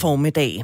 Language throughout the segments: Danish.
formiddag.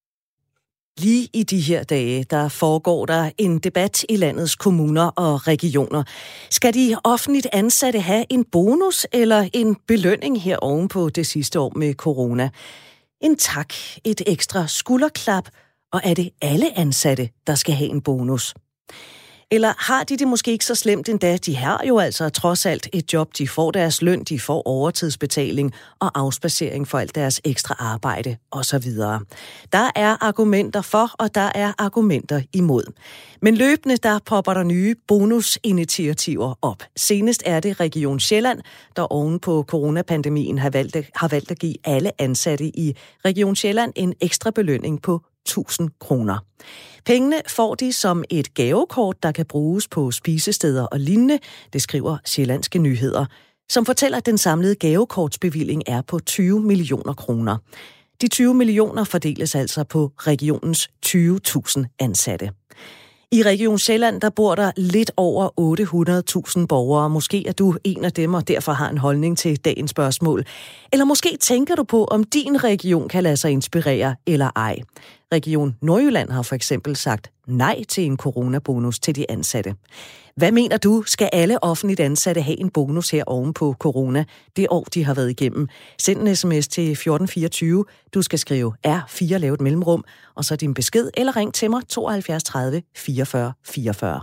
Lige i de her dage, der foregår der en debat i landets kommuner og regioner. Skal de offentligt ansatte have en bonus eller en belønning her ovenpå det sidste år med corona? En tak, et ekstra skulderklap, og er det alle ansatte, der skal have en bonus? Eller har de det måske ikke så slemt endda? De har jo altså trods alt et job, de får deres løn, de får overtidsbetaling og afspacering for alt deres ekstra arbejde osv. Der er argumenter for, og der er argumenter imod. Men løbende der popper der nye bonusinitiativer op. Senest er det Region Sjælland, der oven på coronapandemien har valgt at give alle ansatte i Region Sjælland en ekstra belønning på 1.000 kroner. Pengene får de som et gavekort, der kan bruges på spisesteder og lignende, det skriver Sjællandske Nyheder, som fortæller, at den samlede gavekortsbevilling er på 20 millioner kroner. De 20 millioner fordeles altså på regionens 20.000 ansatte. I Region Sjælland, der bor der lidt over 800.000 borgere. Måske er du en af dem, og derfor har en holdning til dagens spørgsmål. Eller måske tænker du på, om din region kan lade sig inspirere eller ej. Region Nordjylland har for eksempel sagt nej til en coronabonus til de ansatte. Hvad mener du, skal alle offentligt ansatte have en bonus her oven på corona, det år de har været igennem? Send en sms til 1424. Du skal skrive R4, lav et mellemrum, og så din besked, eller ring til mig 72 30 44 44.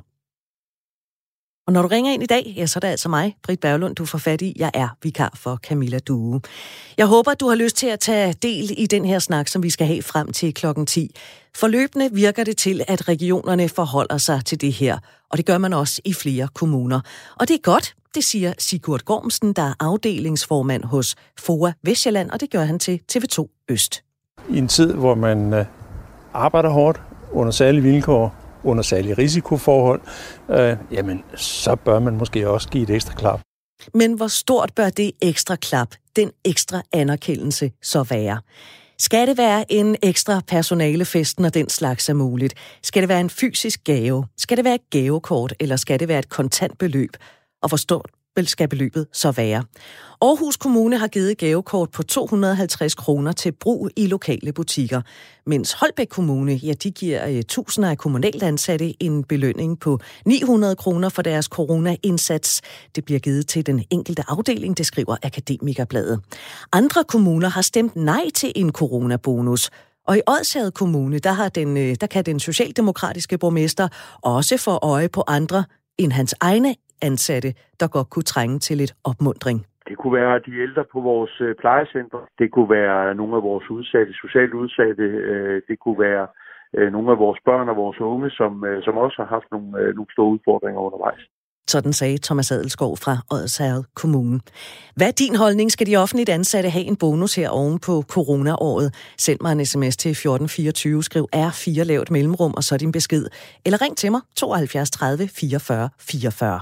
Og når du ringer ind i dag, ja, så er det altså mig, Britt Berglund, du får fat i. Jeg er vikar for Camilla Due. Jeg håber, at du har lyst til at tage del i den her snak, som vi skal have frem til klokken 10. Forløbende virker det til, at regionerne forholder sig til det her, og det gør man også i flere kommuner. Og det er godt, det siger Sigurd Gormsen, der er afdelingsformand hos FOA Vestjylland, og det gør han til TV2 Øst. I en tid, hvor man arbejder hårdt under særlige vilkår, under særlige risikoforhold, jamen så bør man måske også give et ekstra klap. Men hvor stort bør det ekstra klap, den ekstra anerkendelse så være? Skal det være en ekstra personalefest, når den slags er muligt? Skal det være en fysisk gave? Skal det være et gavekort, eller skal det være et kontantbeløb? Og hvor stort skal beløbet så være? Aarhus Kommune har givet gavekort på 250 kroner til brug i lokale butikker, mens Holbæk Kommune, ja, de giver tusinder af kommunalt ansatte en belønning på 900 kroner for deres corona-indsats. Det bliver givet til den enkelte afdeling, det skriver Akademikerbladet. Andre kommuner har stemt nej til en coronabonus. Og i Odsherred Kommune, der kan den socialdemokratiske borgmester også få øje på andre end hans egne ansatte, der godt kunne trænge til lidt opmuntring. Det kunne være de ældre på vores plejecenter. Det kunne være nogle af vores udsatte, socialt udsatte. Det kunne være nogle af vores børn og vores unge, som også har haft nogle store udfordringer undervejs. Sådan sagde Thomas Adelskov fra Odsherred Kommune. Hvad er din holdning? Skal de offentligt ansatte have en bonus her oven på coronaåret? Send mig en sms til 1424, skriv R4, lav et mellemrum, og så din besked. Eller ring til mig 72 30 44 44.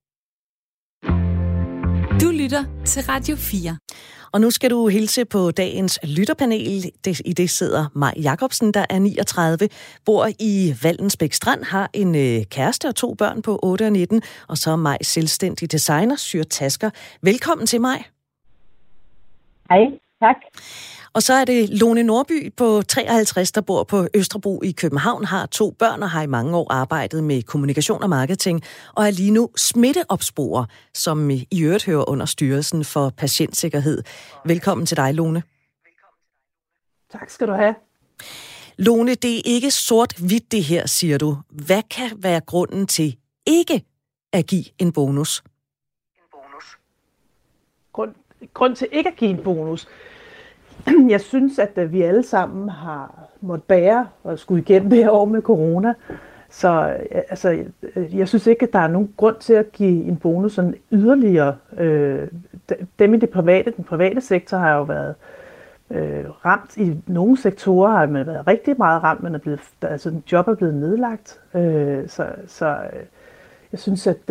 Du lytter til Radio 4. Og nu skal du hilse på dagens lytterpanel. I det sidder Maj Jacobsen, der er 39, bor i Vallensbæk Strand, har en kæreste og 2 børn på 8 og 19, og så er Maj selvstændig designer, syr tasker. Velkommen til Maj. Hej, tak. Og så er det Lone Nordby på 53, der bor på Østerbro i København, har 2 børn og har i mange år arbejdet med kommunikation og marketing, og er lige nu smitteopsporer, som i øvrigt hører under Styrelsen for Patientsikkerhed. Velkommen til dig, Lone. Tak skal du have. Lone, det er ikke sort-hvidt det her, siger du. Hvad kan være grunden til ikke at give en bonus? Grund til ikke at give en bonus? Jeg synes, at vi alle sammen har måttet bære og skulle igennem det her år med corona. Så altså, jeg synes ikke, at der er nogen grund til at give en bonus sådan yderligere. Dem i den private sektor har jo været ramt. I nogle sektorer har man været rigtig meget ramt, men job er blevet nedlagt. Så jeg synes, at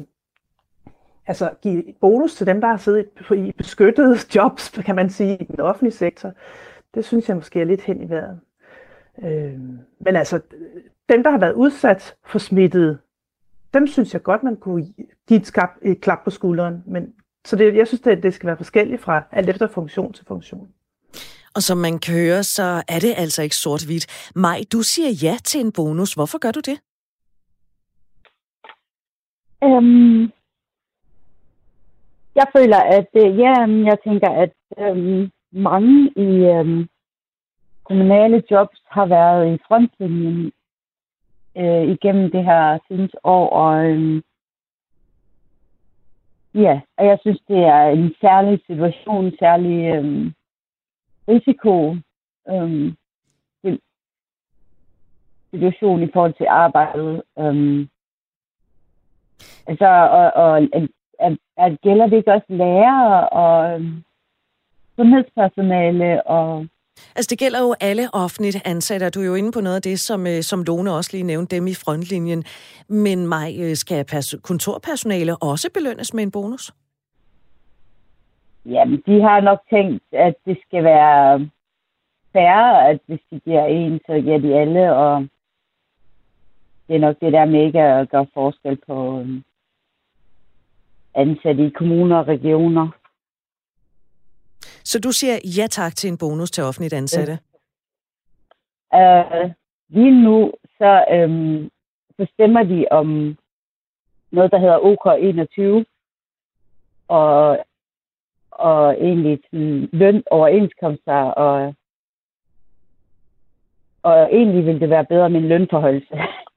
give bonus til dem, der har siddet i beskyttede jobs, kan man sige, i den offentlige sektor, det synes jeg måske er lidt hen i vejret. Men altså, dem, der har været udsat for smittede, dem synes jeg godt, man kunne give et klap på skulderen. Men, jeg synes, det skal være forskelligt fra alt efter funktion til funktion. Og som man kan høre, så er det altså ikke sort-hvidt. Maj, du siger ja til en bonus. Hvorfor gør du det? Jeg føler, at jeg tænker, at mange i kommunale jobs har været i frontlinjen igennem det her sidste år, og og jeg synes, det er en særlig situation, en særlig risiko situation i forhold til arbejdet. At gælder det ikke også lærere og sundhedspersonale og... Altså det gælder jo alle offentligt ansatte, og du er jo inde på noget af det, som Lone også lige nævnte, dem i frontlinjen. Men Maj, skal kontorpersonale også belønnes med en bonus? Jamen, de har nok tænkt, at det skal være fair, at hvis de giver en, så giver de alle, og det er nok det der med ikke at gøre forskel på ansatte i kommuner og regioner. Så du siger ja tak til en bonus til offentligt ansatte? Lige nu, så stemmer de om noget, der hedder OK21, og egentlig lønoverenskomster, og egentlig ville det være bedre med en lønforhøjelse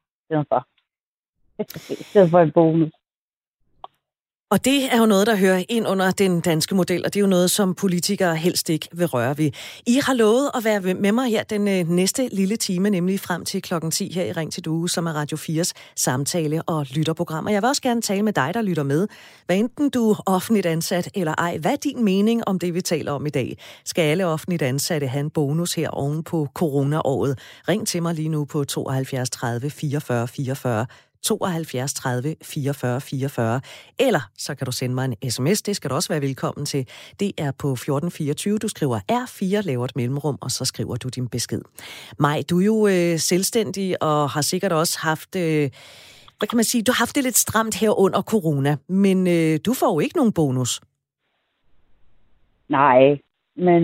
i stedet for en bonus. Og det er jo noget, der hører ind under den danske model, og det er jo noget, som politikere helst ikke vil røre ved. I har lovet at være med mig her den næste lille time, nemlig frem til 10:00 her i Ring til Due, som er Radio 4's samtale- og lytterprogram. Og jeg vil også gerne tale med dig, der lytter med. Hvad enten du er offentligt ansat eller ej, hvad er din mening om det, vi taler om i dag? Skal alle offentligt ansatte have en bonus her oven på coronaåret? Ring til mig lige nu på 72 30 44 44. 72 30 44 44, eller så kan du sende mig en sms, det skal du også være velkommen til. Det er på 1424, du skriver R4, laver et mellemrum, og så skriver du din besked. Maj, du er jo selvstændig og har sikkert også haft, hvad kan man sige, du har haft det lidt stramt her under corona, men du får jo ikke nogen bonus. Nej, men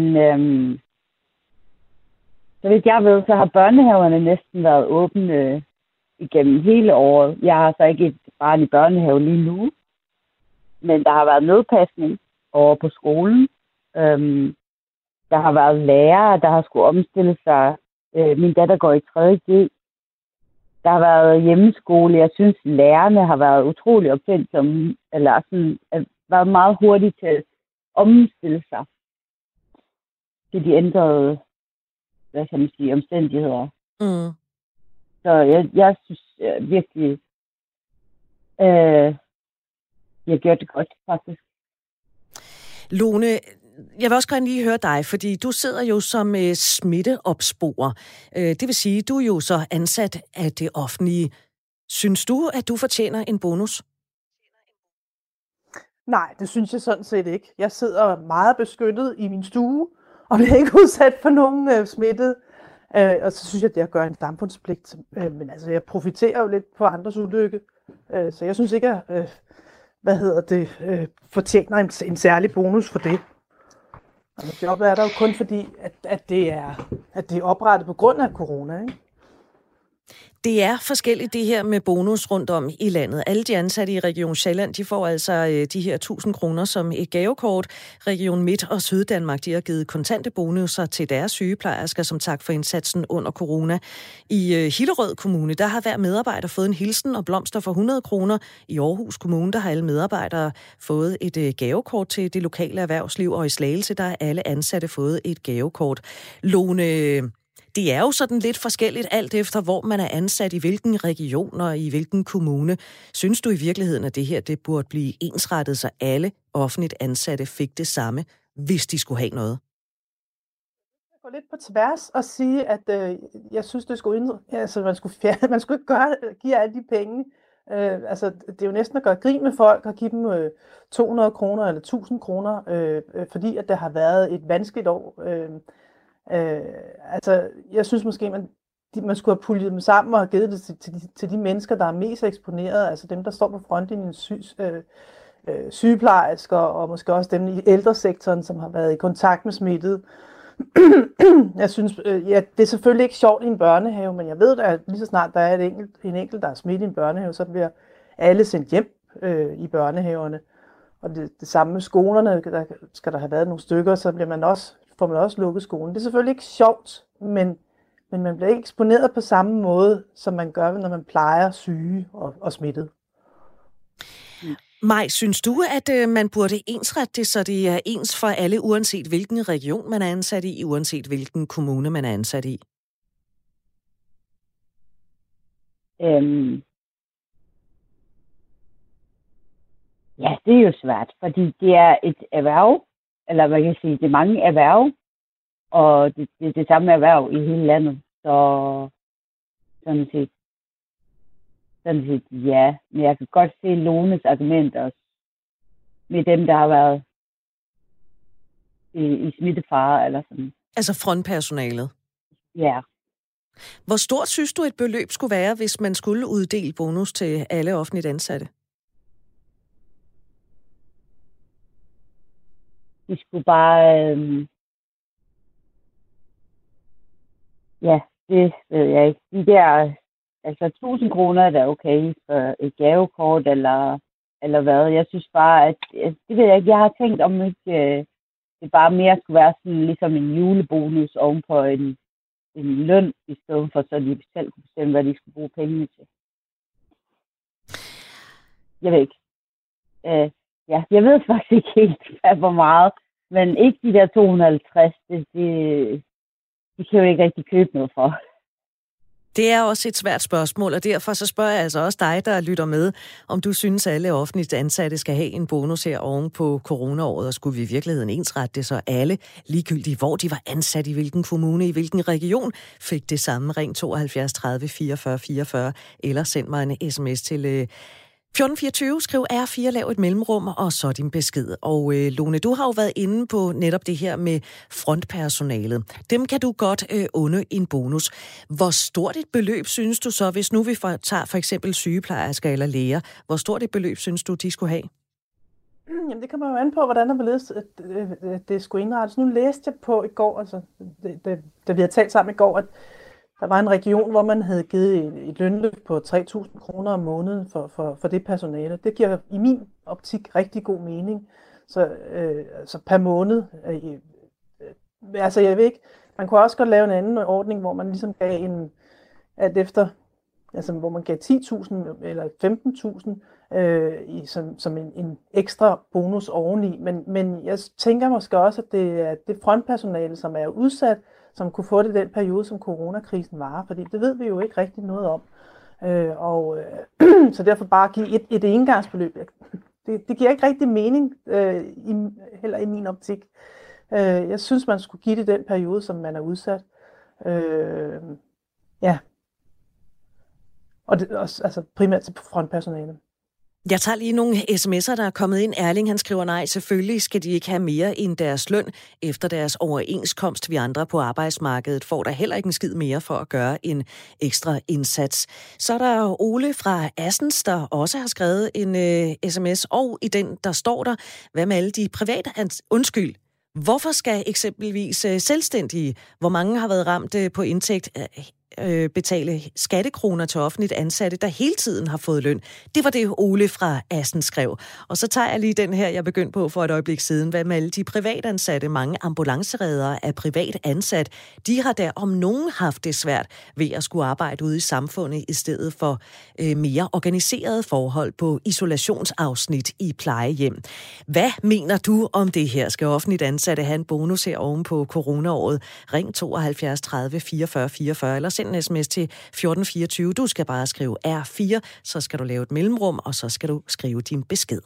så vidt jeg ved, så har børnehaverne næsten været åbne igennem hele året. Jeg har så ikke et barn i børnehave lige nu, men der har været nødpasning over på skolen. Der har været lærere, der har skulle omstille sig. Min datter går i 3.G. Der har været hjemmeskole. Jeg synes, lærerne har været utrolig opfindsomme, eller sådan, været meget hurtige til at omstille sig til de ændrede, hvad kan man sige, omstændigheder. Mm. Så jeg synes virkelig, jeg gør det godt, faktisk. Lone, jeg vil også gerne lige høre dig, fordi du sidder jo som smitteopsporer. Det vil sige, du er jo så ansat af det offentlige. Synes du, at du fortjener en bonus? Nej, det synes jeg sådan set ikke. Jeg sidder meget beskyttet i min stue, og bliver ikke udsat for nogen smittet. Og så synes jeg, at jeg gør en samfundspligt. Men altså, jeg profiterer jo lidt på andres ulykke. Så jeg synes ikke, at fortjener en særlig bonus for det. Og jobbet er der jo kun fordi, at det er oprettet på grund af corona, ikke? Det er forskelligt det her med bonus rundt om i landet. Alle de ansatte i Region Sjælland, de får altså de her 1.000 kroner som et gavekort. Region Midt- og Syddanmark, de har givet kontante bonusser til deres sygeplejersker som tak for indsatsen under corona. I Hillerød Kommune, der har hver medarbejder fået en hilsen og blomster for 100 kroner. I Aarhus Kommune, der har alle medarbejdere fået et gavekort til det lokale erhvervsliv, og i Slagelse, der har alle ansatte fået et gavekort. Lone, det er jo sådan lidt forskelligt alt efter, hvor man er ansat, i hvilken region og i hvilken kommune. Synes du i virkeligheden, at det her det burde blive ensrettet, så alle offentligt ansatte fik det samme, hvis de skulle have noget? Jeg går lidt på tværs og sige, at jeg synes, det skulle man skulle ikke give alle de penge. Det er jo næsten at gøre grin med folk og give dem 200 kroner eller 1.000 kroner, fordi at der har været et vanskeligt år. Jeg synes måske, man skulle have puljet dem sammen og have givet det til de mennesker, der er mest eksponeret, altså dem, der står på frontlinjen, sygeplejersker, og måske også dem i ældresektoren, som har været i kontakt med smittet. Jeg synes, det er selvfølgelig ikke sjovt i en børnehave, men jeg ved, at lige så snart der er en enkelt, der er smidt i en børnehave, så bliver alle sendt hjem i børnehaverne. Og det samme med skolerne, der skal der have været nogle stykker, så får man også lukket skolen. Det er selvfølgelig ikke sjovt, men man bliver ikke eksponeret på samme måde, som man gør, når man plejer syge og smittet. Maj, synes du, at man burde ensrette det, så det er ens for alle, uanset hvilken region man er ansat i, uanset hvilken kommune man er ansat i? Ja, det er jo svært, fordi det er et erhverv, eller hvad kan jeg sige, det er mange erhverv, og det er det samme erhverv i hele landet. Så sådan set, ja. Men jeg kan godt se Lones argument også, med dem, der har været i smittefare eller sådan. Altså frontpersonalet? Ja. Hvor stort synes du, et beløb skulle være, hvis man skulle uddele bonus til alle offentligt ansatte? De skulle bare... Ja, det ved jeg ikke. De der... Altså 1.000 kroner er da okay for et gavekort, eller hvad. Jeg synes bare, at... Det ved jeg ikke. Jeg har tænkt, om ikke det bare mere skulle være sådan, ligesom en julebonus ovenpå en løn, i stedet for, så de selv kunne bestemme, hvad de skulle bruge pengene til. Jeg ved ikke. Ja, jeg ved faktisk ikke helt, hvor meget. Men ikke de der 250, de kan jo ikke rigtig købe noget for. Det er også et svært spørgsmål, og derfor så spørger jeg altså også dig, der lytter med, om du synes, at alle offentligt ansatte skal have en bonus her oven på coronaåret, og skulle vi i virkeligheden ensrette det, så alle, ligegyldigt hvor de var ansat, i hvilken kommune, i hvilken region, fik det samme. Ring 72 30 44 44, eller send mig en sms til 1424, skriv R4, lav et mellemrum, og så din besked. Og Lone, du har jo været inde på netop det her med frontpersonalet. Dem kan du godt unde en bonus. Hvor stort et beløb synes du så, hvis nu vi tager for eksempel sygeplejersker eller læger, hvor stort et beløb synes du, de skulle have? Jamen, det kommer jo an på, hvordan det skulle indrettes. Nu læste jeg på i går, altså, da vi har talt sammen i går, at der var en region, hvor man havde givet et lønløft på 3.000 kroner om måneden for det personale. Det giver i min optik rigtig god mening. Så per måned. Altså jeg ved ikke, man kunne også godt lave en anden ordning, hvor man ligesom gav hvor man gav 10.000 eller 15.000 som en ekstra bonus oveni. Men jeg tænker måske også, at det er det frontpersonale, som er udsat, som kunne få det den periode, som coronakrisen varer, fordi det ved vi jo ikke rigtig noget om. Så derfor bare give et engangsbeløb, det giver ikke rigtig mening, heller i min optik. Jeg synes, man skulle give det den periode, som man er udsat. Ja. Og det også, altså primært til frontpersonalet. Jeg tager lige nogle sms'er, der er kommet ind. Erling, han skriver, nej, selvfølgelig skal de ikke have mere end deres løn efter deres overenskomst. Vi andre på arbejdsmarkedet får der heller ikke en skid mere for at gøre en ekstra indsats. Så er der Ole fra Assens, der også har skrevet en sms, og i den, der står der, hvad med alle de private hvorfor skal eksempelvis selvstændige, hvor mange har været ramt på indtægt, betale skattekroner til offentligt ansatte, der hele tiden har fået løn? Det var det, Ole fra Assen skrev. Og så tager jeg lige den her, jeg begyndte på for et øjeblik siden. Hvad med alle de privatansatte? Mange ambulancereddere er privat ansat. De har der om nogen haft det svært ved at skulle arbejde ude i samfundet i stedet for mere organiserede forhold på isolationsafsnit i plejehjem. Hvad mener du om det her? Skal offentligt ansatte have en bonus her oven på coronaåret? Ring 72 30 44 44 eller send en sms til 1424. Du skal bare skrive R4, så skal du lave et mellemrum, og så skal du skrive din besked.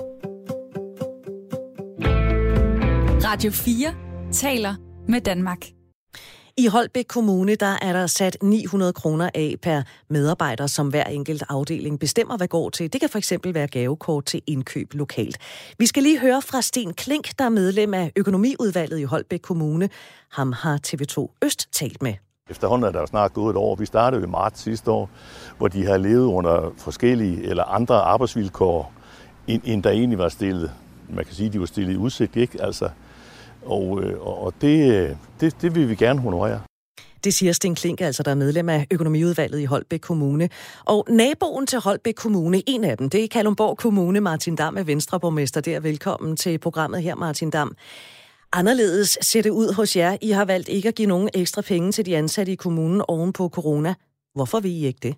Radio 4 taler med Danmark. I Holbæk Kommune, der er der sat 900 kroner af per medarbejder, som hver enkelt afdeling bestemmer, hvad går til. Det kan for eksempel være gavekort til indkøb lokalt. Vi skal lige høre fra Sten Klink, der er medlem af økonomiudvalget i Holbæk Kommune. Ham har TV2 Øst talt med. Efterhånden er der jo snart gået et år. Vi startede i marts sidste år, hvor de har levet under forskellige eller andre arbejdsvilkår, end der egentlig var stillet. Man kan sige, at de var stillet i udsigt, ikke? Altså, Og det vil vi gerne honorere. Det siger Sten Klink, altså der er medlem af økonomiudvalget i Holbæk Kommune. Og naboen til Holbæk Kommune, en af dem, det er Kalundborg Kommune. Martin Damm er Venstreborgmester der. Velkommen til programmet her, Martin Damm. Anderledes ser det ud hos jer. I har valgt ikke at give nogen ekstra penge til de ansatte i kommunen oven på corona. Hvorfor vil I ikke det?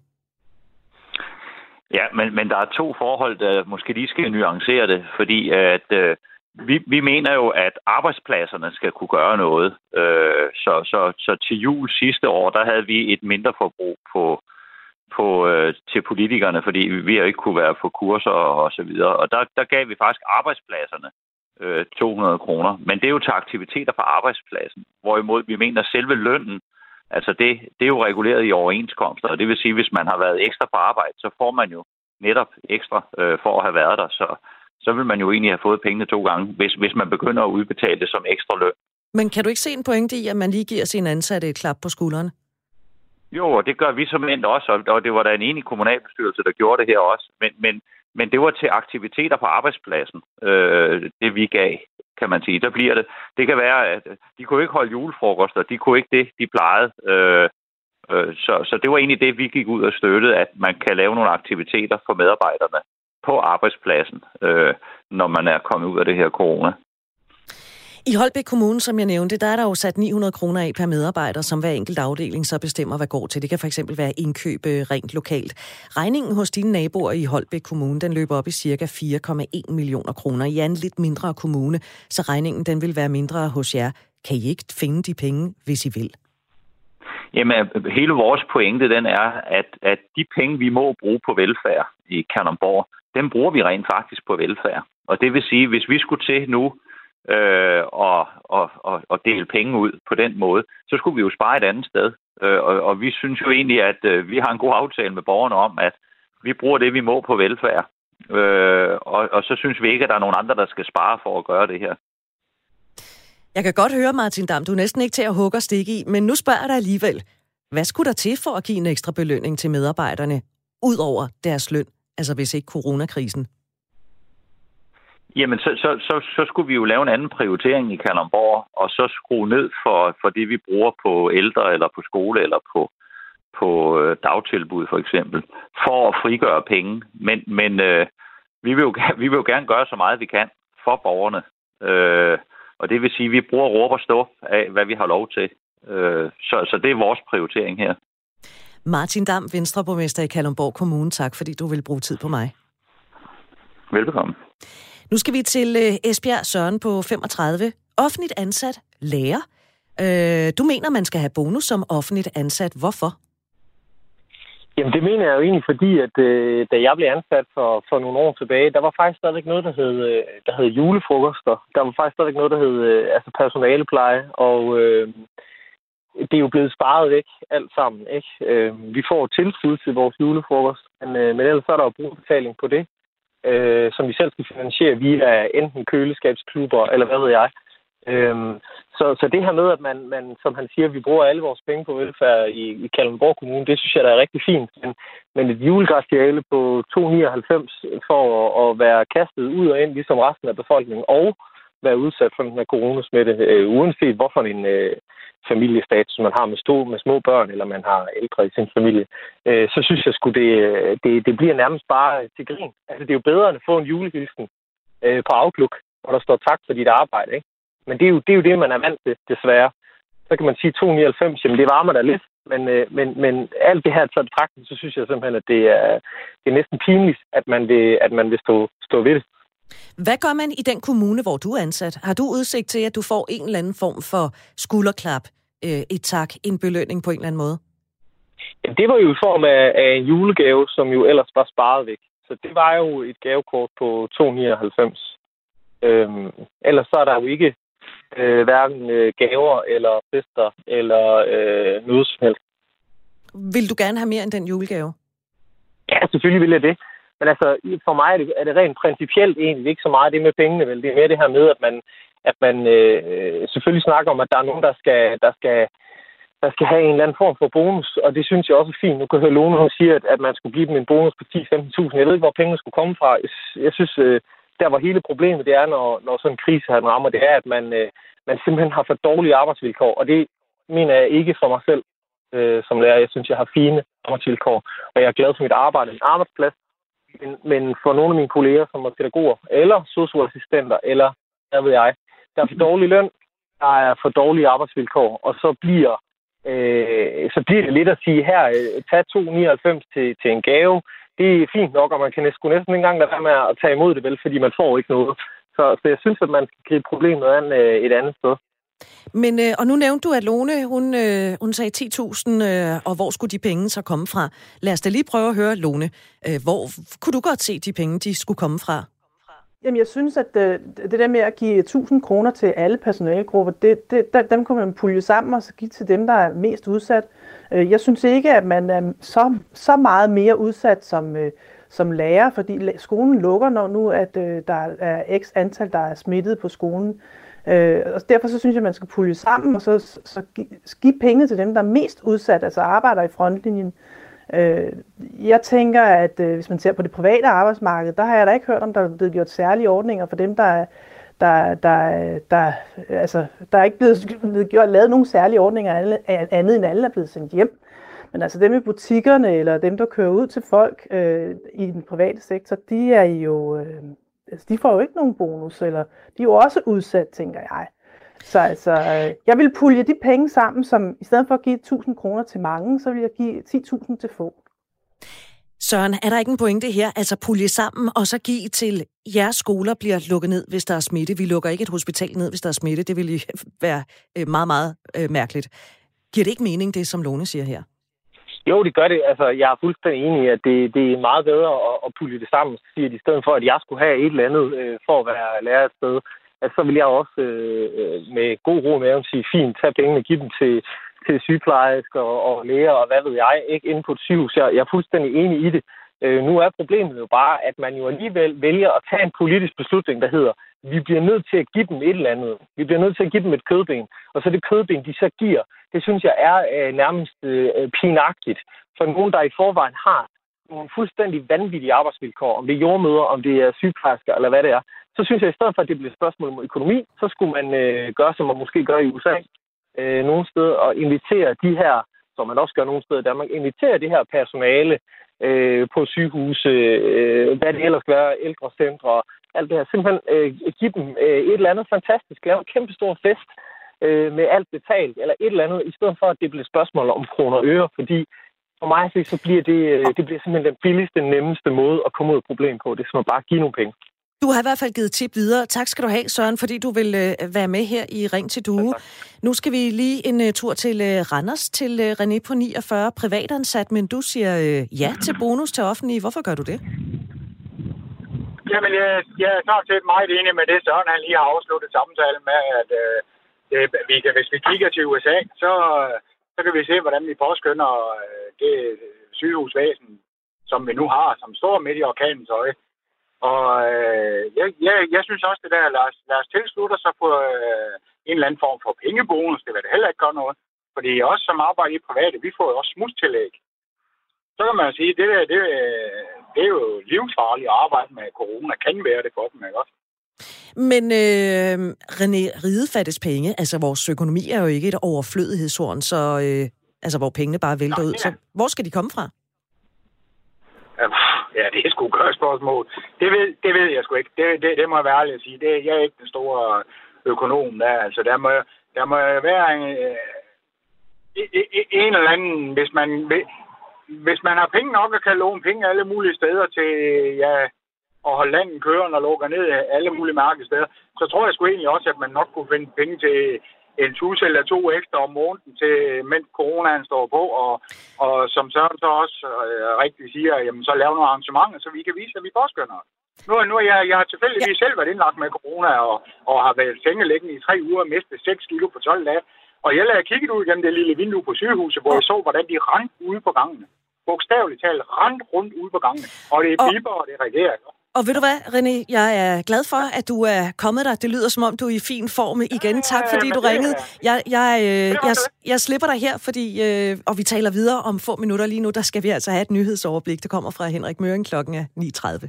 Ja, men der er to forhold, der måske lige skal nuancere det, fordi at vi mener jo, at arbejdspladserne skal kunne gøre noget. Så til jul sidste år, der havde vi et mindre forbrug til politikerne, fordi vi jo ikke kunne være på kurser og så videre. Og der gav vi faktisk arbejdspladserne 200 kroner. Men det er jo til aktiviteter på arbejdspladsen. Hvorimod vi mener, at selve lønnen, altså det er jo reguleret i overenskomster. Og det vil sige, at hvis man har været ekstra på arbejde, så får man jo netop ekstra for at have været der. Så vil man jo egentlig have fået pengene 2 gange, hvis man begynder at udbetale det som ekstra løn. Men kan du ikke se en pointe i, at man lige giver sine ansatte et klap på skuldrene? Jo, og det gør vi som end også, og det var der en enig kommunalbestyrelse, der gjorde det her også. Men det var til aktiviteter på arbejdspladsen, det vi gav, kan man sige. Der bliver det. Det kan være, at de kunne ikke holde julefrokoster, de kunne ikke det, de plejede. Så det var egentlig det, vi gik ud og støttede, at man kan lave nogle aktiviteter for medarbejderne på arbejdspladsen, når man er kommet ud af det her corona. I Holbæk Kommune, som jeg nævnte, der er der jo sat 900 kroner af per medarbejder, som hver enkelt afdeling så bestemmer, hvad går til. Det kan for eksempel være indkøb rent lokalt. Regningen hos dine naboer i Holbæk Kommune, den løber op i cirka 4,1 millioner kroner. I er en lidt mindre kommune, så regningen den vil være mindre hos jer. Kan I ikke finde de penge, hvis I vil? Jamen, hele vores pointe, den er, at de penge, vi må bruge på velfærd i Kalundborg, dem bruger vi rent faktisk på velfærd. Og det vil sige, hvis vi skulle til nu og dele penge ud på den måde, så skulle vi jo spare et andet sted. Og vi synes jo egentlig, at vi har en god aftale med borgerne om, at vi bruger det, vi må på velfærd. Og så synes vi ikke, at der er nogen andre, der skal spare for at gøre det her. Jeg kan godt høre, Martin Damm, du er næsten ikke til at hugge og stikke i, men nu spørger jeg dig alligevel. Hvad skulle der til for at give en ekstra belønning til medarbejderne, ud over deres løn, altså hvis ikke coronakrisen? Jamen, så skulle vi jo lave en anden prioritering i Kalundborg, og så skrue ned for det, vi bruger på ældre, eller på skole, eller på dagtilbud for eksempel, for at frigøre penge. Men vi vil jo gerne gøre så meget, vi kan for borgerne. Og det vil sige, at vi bruger råb og stå af, hvad vi har lov til. Så det er vores prioritering her. Martin Damm, Venstreborgmester i Kalundborg Kommune. Tak, fordi du vil bruge tid på mig. Velbekomme. Nu skal vi til Esbjerg. Søren på 35. Offentligt ansat lærer. Du mener, man skal have bonus som offentligt ansat. Hvorfor? Jamen, det mener jeg jo egentlig, fordi at da jeg blev ansat for nogle år tilbage, der var faktisk stadigvæk noget, der hed julefrokoster. Der var faktisk stadigvæk noget, der hed personalepleje, og det er jo blevet sparet væk alt sammen, ikke? Vi får tilskud til vores julefrokost, men ellers så er der jo brugerbetaling på det, som vi selv skal finansiere via enten køleskabsklubber, eller hvad ved jeg. Så det her med, at man, som han siger, vi bruger alle vores penge på velfærd i Kalundborg Kommune, det synes jeg, der er rigtig fint. Men et julegratiale på 2,99 for at være kastet ud og ind, ligesom resten af befolkningen, og være udsat for den her coronasmitte, uanset hvorfor en familiestatus man har med små børn, eller man har ældre i sin familie, så synes jeg sgu, det bliver nærmest bare til grin. Altså, det er jo bedre end at få en julehilsen på Outlook, hvor der står tak for dit arbejde, ikke? Men det er jo det, man er vant til, desværre. Så kan man sige 2,99, jamen det varmer da lidt, men alt det her taget betragtning, så synes jeg simpelthen, at det er næsten pinligt, at man vil stå ved det. Hvad gør man i den kommune, hvor du er ansat? Har du udsigt til, at du får en eller anden form for skulderklap, et tak, en belønning på en eller anden måde? Jamen, det var jo i form af en julegave, som jo ellers var sparet væk. Så det var jo et gavekort på 2,99. Ellers så er der jo ikke hverken gaver eller fester eller noget som helst. Vil du gerne have mere end den julegave? Ja, selvfølgelig vil jeg det. Men altså, for mig er det rent principielt egentlig ikke så meget det med pengene, vel. Det er mere det her med, at man selvfølgelig snakker om, at der er nogen, der skal have en eller anden form for bonus, og det synes jeg også er fint. Nu kan jeg høre Lone, hun siger, at man skulle give dem en bonus på 10-15.000. Jeg ved ikke, hvor pengene skulle komme fra. Jeg synes, der hvor hele problemet det er, når sådan en krise her rammer, det er, at man simpelthen har for dårlige arbejdsvilkår, og det mener jeg ikke for mig selv som lærer. Jeg synes, jeg har fine arbejdsvilkår, og jeg er glad for mit arbejde, min arbejdsplads, men for nogle af mine kolleger, som er pædagoger, eller sosu-assistenter, eller hvad ved jeg, der er for dårlig løn, der er for dårlige arbejdsvilkår, og så bliver det lidt at sige, her, tag 2,99 til en gave, det er fint nok, og man kan næsten ikke engang lade være med at tage imod det, vel, fordi man får ikke noget. Så jeg synes, at man skal gribe problemet an et andet sted. Men, og nu nævnte du, at Lone, hun sagde 10.000, og hvor skulle de penge så komme fra? Lad os da lige prøve at høre, Lone. Hvor kunne du godt se, de penge, de skulle komme fra? Jamen, jeg synes, at det der med at give 1.000 kroner til alle personalegrupper, dem kunne man pulje sammen og så give til dem, der er mest udsat. Jeg synes ikke, at man er så meget mere udsat som lærer, fordi skolen lukker, når nu at der er x antal, der er smittet på skolen. Og derfor så synes jeg, at man skal pulje sammen og så give penge til dem, der er mest udsat, altså arbejder i frontlinjen. Jeg tænker, at hvis man ser på det private arbejdsmarked, der har jeg da ikke hørt, om der er blevet gjort særlige ordninger for dem, der er ikke blevet lavet nogle særlige ordninger andet end alle er blevet sendt hjem. Men altså dem i butikkerne eller dem, der kører ud til folk i den private sektor, de er jo de får jo ikke nogen bonus, eller de er jo også udsat, tænker jeg. Så altså, jeg vil pulje de penge sammen, som i stedet for at give 1.000 kroner til mange, så vil jeg give 10.000 til få. Søren, er der ikke en pointe her? Altså pulje sammen, og så give til jeres skoler bliver lukket ned, hvis der er smitte. Vi lukker ikke et hospital ned, hvis der er smitte. Det ville være meget, meget mærkeligt. Giver det ikke mening, det som Lone siger her? Jo, det gør det. Altså, jeg er fuldstændig enig i, at det er meget bedre at pulje det sammen, siger de, i stedet for, at jeg skulle have et eller andet for at være lærer et sted. Altså, så vil jeg også med god ro med at sige, fint, tage pengene og give dem til sygeplejersker og læger og hvad ved jeg, ikke inde på et sygehus. Jeg er fuldstændig enig i det. Nu er problemet jo bare, at man jo alligevel vælger at tage en politisk beslutning, der hedder, vi bliver nødt til at give dem et eller andet. Vi bliver nødt til at give dem et kødben. Og så det kødben, de så giver, det synes jeg er nærmest pinagtigt. For nogen, der i forvejen har nogle fuldstændig vanvittige arbejdsvilkår, om det er jordmødre, om det er sygeplejersker eller hvad det er, så synes jeg i stedet for, at det bliver et spørgsmål om økonomi, så skulle man gøre, som man måske gør i USA nogle steder, og invitere de her, som man også gør nogle steder i Danmark, invitere det her personale på sygehuse, hvad det ellers skal være, ældrecentre, alt det her. Simpelthen give dem et eller andet fantastisk, lave en kæmpe stor fest med alt betalt, eller et eller andet, i stedet for, at det bliver et spørgsmål om kroner og øre, fordi for mig så bliver det bliver simpelthen den billigste, nemmeste måde at komme ud af problem på. Det er som at bare give nogle penge. Du har i hvert fald givet tip videre. Tak skal du have, Søren, fordi du vil være med her i Ring til Due. Ja, nu skal vi lige en tur til Randers, til René på 49, privatansat, men du siger ja til bonus til offentlige. Hvorfor gør du det? Jamen, jeg er sådan set meget enig med det, Søren han lige har afsluttet samtalen med, at hvis vi kigger til USA, så kan vi se, hvordan vi påskynder det sygehusvæsen, som vi nu har, som står midt i orkanens øje. Og jeg synes også, det der, lad os tilslutte os på en eller anden form for pengebonus. Det vil det heller ikke gøre noget. Fordi os, som arbejder i private, vi får jo også smudstillæg. Så kan man sige, det er jo livsfarligt at arbejde med corona. Kan være det for dem, ikke også? Men René, riget fattes penge. Altså, vores økonomi er jo ikke et overflødighedshorn, så altså, hvor pengene bare vælter ud. Så hvor skal de komme fra? Ja, det er sgu et godt spørgsmål. Det ved jeg sgu ikke. Det må jeg være ærlig at sige. Jeg er ikke den store økonom der. Altså, der må være en eller anden, hvis man har penge nok og kan låne penge alle mulige steder til at holde landet kørende og lukke ned alle mulige markedsteder, så tror jeg sgu egentlig også, at man nok kunne finde penge til en 1000 eller 2 ekstra om måneden, til mens coronaen står på, og som Søren så også rigtig siger, jamen så lave nogle arrangementer, så vi kan vise, at vi påskynder. Nu jeg har tilfældigvis selv været indlagt med corona, og har været sengeliggende i 3 uger og mistet 6 kilo på 12 dage. Og jeg lader kigge ud gennem det lille vindue på sygehuset, hvor jeg så, hvordan de rendte ude på gangene. Bogstaveligt talt rendte rundt ude på gangene. Og det er biber, og det reagerer. Og ved du hvad, René, jeg er glad for, at du er kommet der. Det lyder, som om du er i fin form igen. Tak, fordi du ringede. Jeg slipper dig her, fordi, og vi taler videre om få minutter lige nu. Der skal vi altså have et nyhedsoverblik. Det kommer fra Henrik Møring, klokken er 9:30.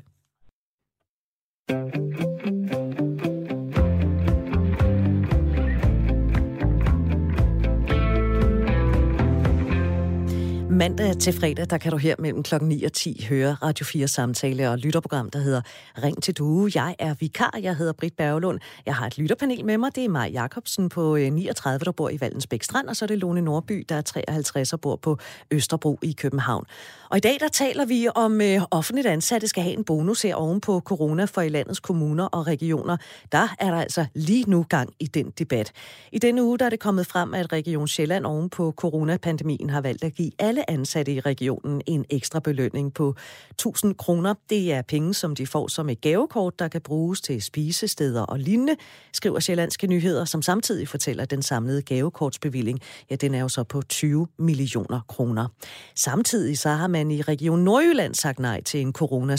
Mandag til fredag, der kan du her mellem klokken 9 og 10 høre Radio 4 samtale og lytterprogram, der hedder Ring til Due. Jeg er vikar, jeg hedder Britt Berglund. Jeg har et lytterpanel med mig, det er Maj Jacobsen på 39, der bor i Vallensbæk Strand, og så er det Lone Nordby, der er 53 og bor på Østerbro i København. Og i dag, der taler vi om offentligt ansatte skal have en bonus her oven på corona for i landets kommuner og regioner. Der er der altså lige nu gang i den debat. I denne uge, der er det kommet frem, at Region Sjælland oven på coronapandemien har valgt at give alle ansatte i regionen en ekstra belønning på 1.000 kroner. Det er penge, som de får som et gavekort, der kan bruges til spisesteder og lignende, skriver Sjællandske Nyheder, som samtidig fortæller, at den samlede gavekortsbevilling, ja, den er jo så på 20 millioner kroner. Samtidig så har man i Region Nordjylland sagt nej til en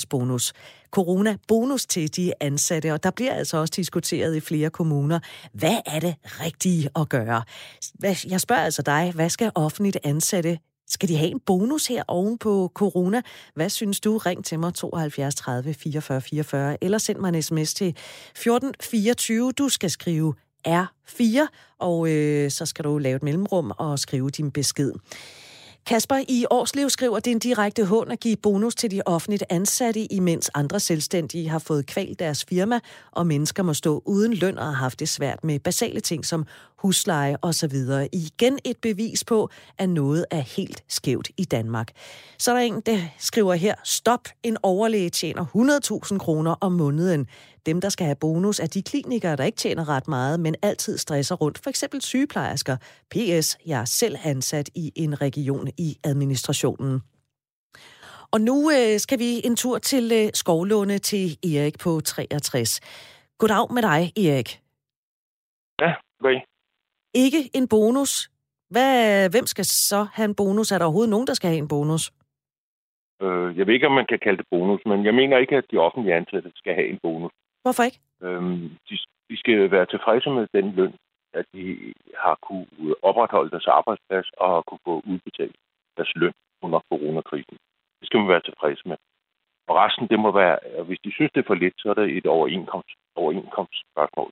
coronabonus til de ansatte, og der bliver altså også diskuteret i flere kommuner. Hvad er det rigtige at gøre? Jeg spørger altså dig, hvad skal offentligt ansatte? Skal de have en bonus her oven på corona? Hvad synes du? Ring til mig 72 30 44 44, eller send mig en sms til 1424. Du skal skrive R4, og så skal du lave et mellemrum og skrive din besked. Kasper i Årslev skriver, at det er en direkte hån at give bonus til de offentligt ansatte, imens andre selvstændige har fået kvalt deres firma, og mennesker må stå uden løn og har haft det svært med basale ting som husleje osv. Igen et bevis på, at noget er helt skævt i Danmark. Så er der en, der skriver her, stop, en overlæge tjener 100.000 kroner om måneden. Dem, der skal have bonus, er de klinikere, der ikke tjener ret meget, men altid stresser rundt. For eksempel sygeplejersker. PS, jeg er selv ansat i en region i administrationen. Og nu skal vi en tur til Skovlunde til Erik på 63. Goddag med dig, Erik. Ja, goddag. Ikke en bonus. Hvem skal så have en bonus? Er der overhovedet nogen, der skal have en bonus? Jeg ved ikke, om man kan kalde det bonus, men jeg mener ikke, at de offentlige ansatte skal have en bonus. Hvorfor ikke? De skal være tilfredse med den løn, at de har kunne opretholde deres arbejdsplads og har kunne få udbetalt deres løn under coronakrisen. Det skal man være tilfredse med. Og resten, det må være, hvis de synes, det er for lidt, så er det et overenskomstspørgsmål.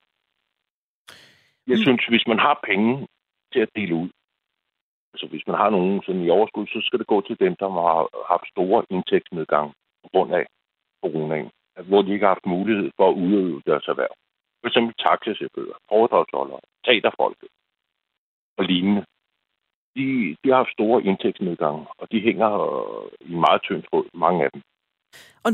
Jeg synes, hvis man har penge til at dele ud, altså hvis man har nogen sådan i overskud, så skal det gå til dem, der har haft store indtægtsnedgang på grund af coronaen, hvor de ikke har haft mulighed for at udøve deres erhverv. For eksempel taxichauffører, foredragsholdere, teaterfolk og lignende. De har haft store indtægtsnedgange, og de hænger i en meget tynd tråd, mange af dem. Og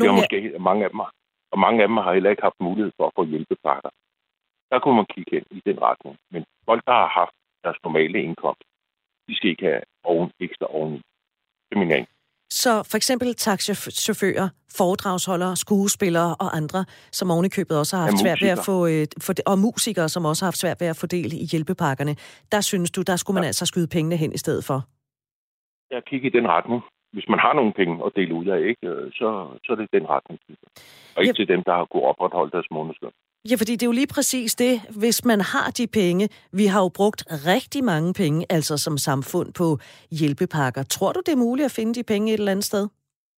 mange af dem har heller ikke haft mulighed for at få hjælpepakker. Der kunne man kigge hen i den retning. Men folk, der har haft deres normale indkomst, de skal ikke have ekstra oveni. Det mener jeg ikke. Så for eksempel taxichauffører, foredragsholdere, skuespillere og andre, som ovenikøbet også har haft svært ved at få og musikere, som også har haft svært ved at få del i hjælpepakkerne, der synes du, der skulle man altså skyde pengene hen i stedet for? Jeg kigger i den retning. Hvis man har nogle penge at dele ud af, ikke, så er det den retning. Og ikke til dem, der har kunnet opretholde deres månedsløn. Ja, fordi det er jo lige præcis det, hvis man har de penge. Vi har jo brugt rigtig mange penge, altså som samfund, på hjælpepakker. Tror du, det er muligt at finde de penge et eller andet sted?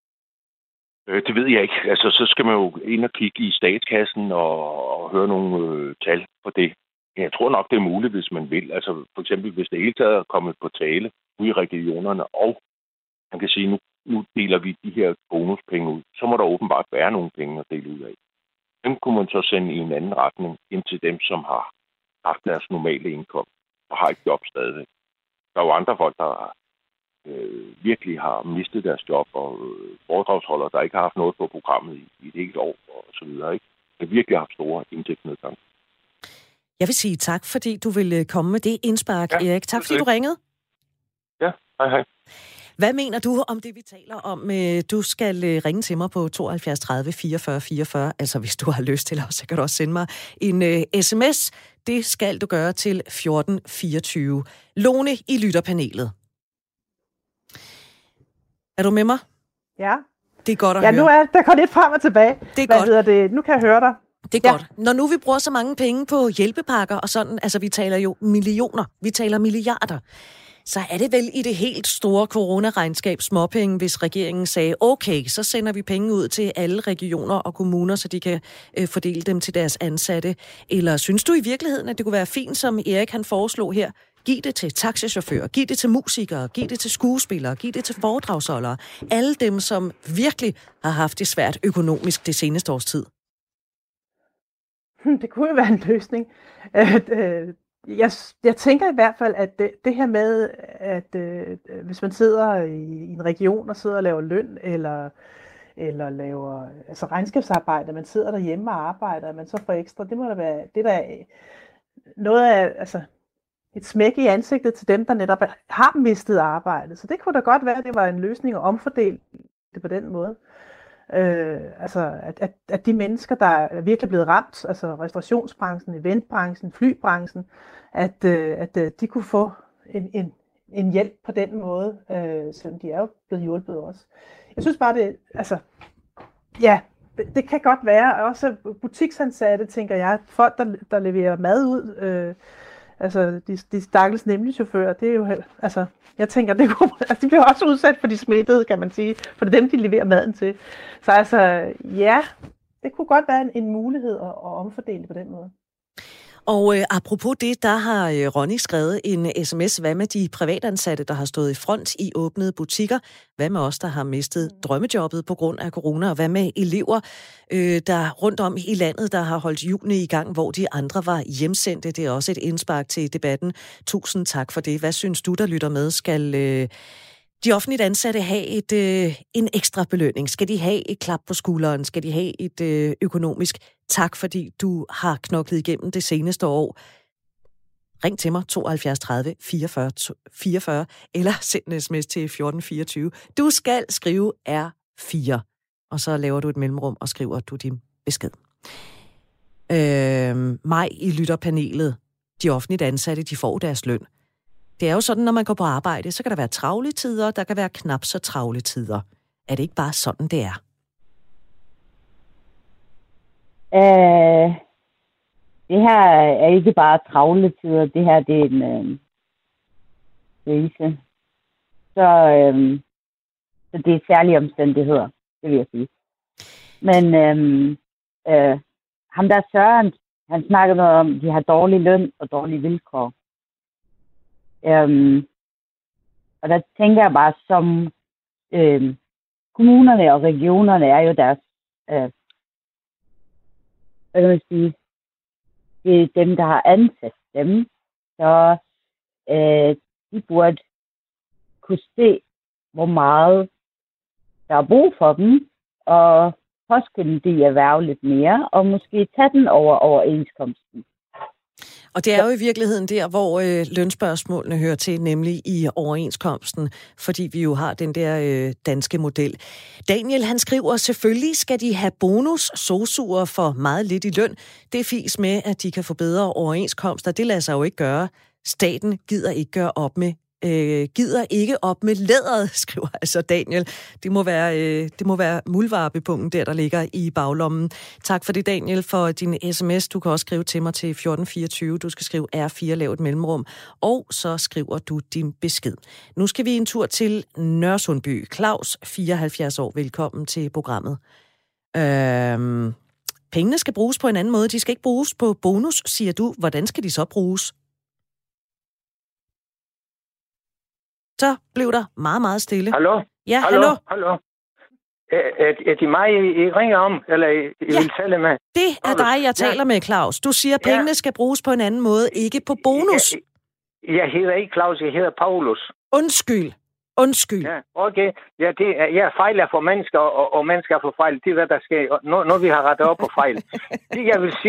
Det ved jeg ikke. Altså, så skal man jo ind og kigge i statskassen og høre nogle tal på det. Jeg tror nok, det er muligt, hvis man vil. Altså, for eksempel, hvis det hele taget er kommet på tale ude i regionerne, og man kan sige, nu deler vi de her bonuspenge ud, så må der åbenbart være nogle penge at dele ud af. Dem kunne man så sende i en anden retning ind til dem, som har haft deres normale indkomst og har et job stadigvæk. Der er jo andre folk, der virkelig har mistet deres job, og foredragsholdere, der ikke har haft noget på programmet i et helt år og så videre. Ikke? Der virkelig har haft store indtægtsnedgang. Jeg vil sige tak, fordi du ville komme med det indspark, Erik. Tak, fordi du ringede. Ja, hej. Hvad mener du om det, vi taler om? Du skal ringe til mig på 72 30 44 44. Altså, hvis du har lyst til det, så kan du også sende mig en sms. Det skal du gøre til 1424. Lone i lytterpanelet. Er du med mig? Ja. Det er godt at høre. Ja, der går lidt frem og tilbage. Det er godt. Nu kan jeg høre dig. Det er godt. Når nu vi bruger så mange penge på hjælpepakker og sådan, altså vi taler jo millioner, vi taler milliarder, så er det vel i det helt store coronaregnskab småpenge, hvis regeringen sagde, okay, så sender vi penge ud til alle regioner og kommuner, så de kan fordele dem til deres ansatte. Eller synes du i virkeligheden, at det kunne være fint, som Erik han foreslog her, Giv det til taxichauffører, giv det til musikere, giv det til skuespillere, giv det til foredragsholdere. Alle dem, som virkelig har haft det svært økonomisk det seneste års tid. Det kunne jo være en løsning. Jeg tænker i hvert fald, at det her med, at hvis man sidder i en region og sidder og laver løn, eller laver regnskabsarbejde, man sidder derhjemme og arbejder, og man så får ekstra, det må da være, det der noget af, et smæk i ansigtet til dem, der netop har mistet arbejdet. Så det kunne da godt være, at det var en løsning at omfordele det på den måde. At de mennesker, der er virkelig blevet ramt, altså restaurationsbranchen, eventbranchen, flybranchen, at de kunne få en hjælp på den måde, selvom de er jo blevet hjulpet også. Jeg synes bare, det kan godt være. Også butiksansatte, tænker jeg, folk, der leverer mad ud, de stakkels nemlig chauffører, det er jo, jeg tænker, de bliver også udsat for de smittede, kan man sige, for det er dem, de leverer maden til. Så det kunne godt være en mulighed at omfordele på den måde. Og apropos det, der har Ronny skrevet en sms. Hvad med de privatansatte, der har stået i front i åbnede butikker? Hvad med os, der har mistet drømmejobbet på grund af corona? Og hvad med elever, der rundt om i landet, der har holdt hjulene i gang, hvor de andre var hjemsendte? Det er også et indspark til debatten. Tusind tak for det. Hvad synes du, der lytter med? Skal de offentligt ansatte have en ekstra belønning? Skal de have et klap på skulderen? Skal de have et økonomisk tak, fordi du har knoklet igennem det seneste år? Ring til mig 72 30 44 44 eller send en sms til 1424. Du skal skrive R4, og så laver du et mellemrum og skriver du din besked. Mig i lytterpanelet. De offentligt ansatte, de får deres løn. Det er jo sådan, når man går på arbejde, så kan der være travle tider, der kan være knap så travle tider. Er det ikke bare sådan, det er? Det her er ikke bare travle tider. Det her, det er en krise. Så det er særlige omstændigheder, det vil jeg sige. Men ham der Søren, han snakkede noget om, at de har dårlig løn og dårlige vilkår. Og der tænker jeg bare, som kommunerne og regionerne er jo deres, hvad kan man sige, det er dem, der har ansat dem, så de burde kunne se, hvor meget der er brug for dem, og påskynde de erhverve lidt mere, og måske tage den over overenskomsten. Og det er jo i virkeligheden der, hvor lønspørgsmålene hører til, nemlig i overenskomsten, fordi vi jo har den der danske model. Daniel, han skriver, selvfølgelig skal de have bonus sosuer for meget lidt i løn. Det er fis med, at de kan få bedre overenskomster. Det lader sig jo ikke gøre. Staten gider ikke op med læderet, skriver altså Daniel. Det må være muldvarpepunkten der ligger i baglommen. Tak for det, Daniel, for din sms. Du kan også skrive til mig til 1424. Du skal skrive R4, lav et mellemrum, og så skriver du din besked. Nu skal vi en tur til Nørresundby. Claus, 74 år, velkommen til programmet. Pengene skal bruges på en anden måde. De skal ikke bruges på bonus, siger du. Hvordan skal de så bruges? Så blev der meget, meget stille. Hallo? Ja, hallo? Hallo? Er det mig, I ringer om, eller I vil tale med? Det er dig, jeg taler med, Claus. Du siger, at pengene skal bruges på en anden måde, ikke på bonus. Jeg hedder ikke Claus, jeg hedder Paulus. Undskyld. Ja, okay. Ja, jeg fejler for mennesker, og mennesker for fejl. Det er, hvad der sker, når vi har rettet op på fejl. Det jeg vil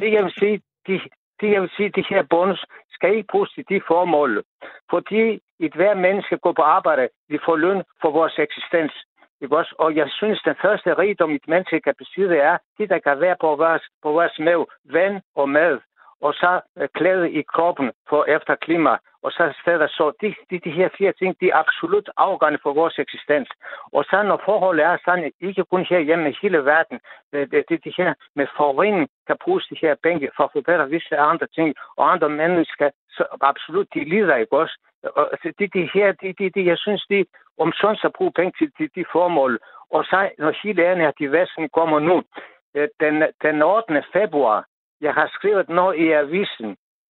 sige, det her bonus skal ikke bruges til de formål. Fordi et hver menneske går på arbejde, vi får løn for vores eksistens. Og jeg synes, den første rigdom, et menneske kan besidde, er det, der kan være på vores mave, vand og mad. Og så klæde i kroppen for efter klima. Og så stedet så, de her 4 ting, de er absolut afgørende for vores eksistens. Og så når forholdet er sådan, ikke kun herhjemme i hele verden, det her med forurening kan bruges de her penge for at forbedre visse andre ting. Og andre mennesker, så absolut, de lider ikke også. Og jeg synes, de omsonst at bruge penge til de formål. Og så når hele ærende af de væsen kommer nu, den 8. februar, jeg har skrevet noget i avisen.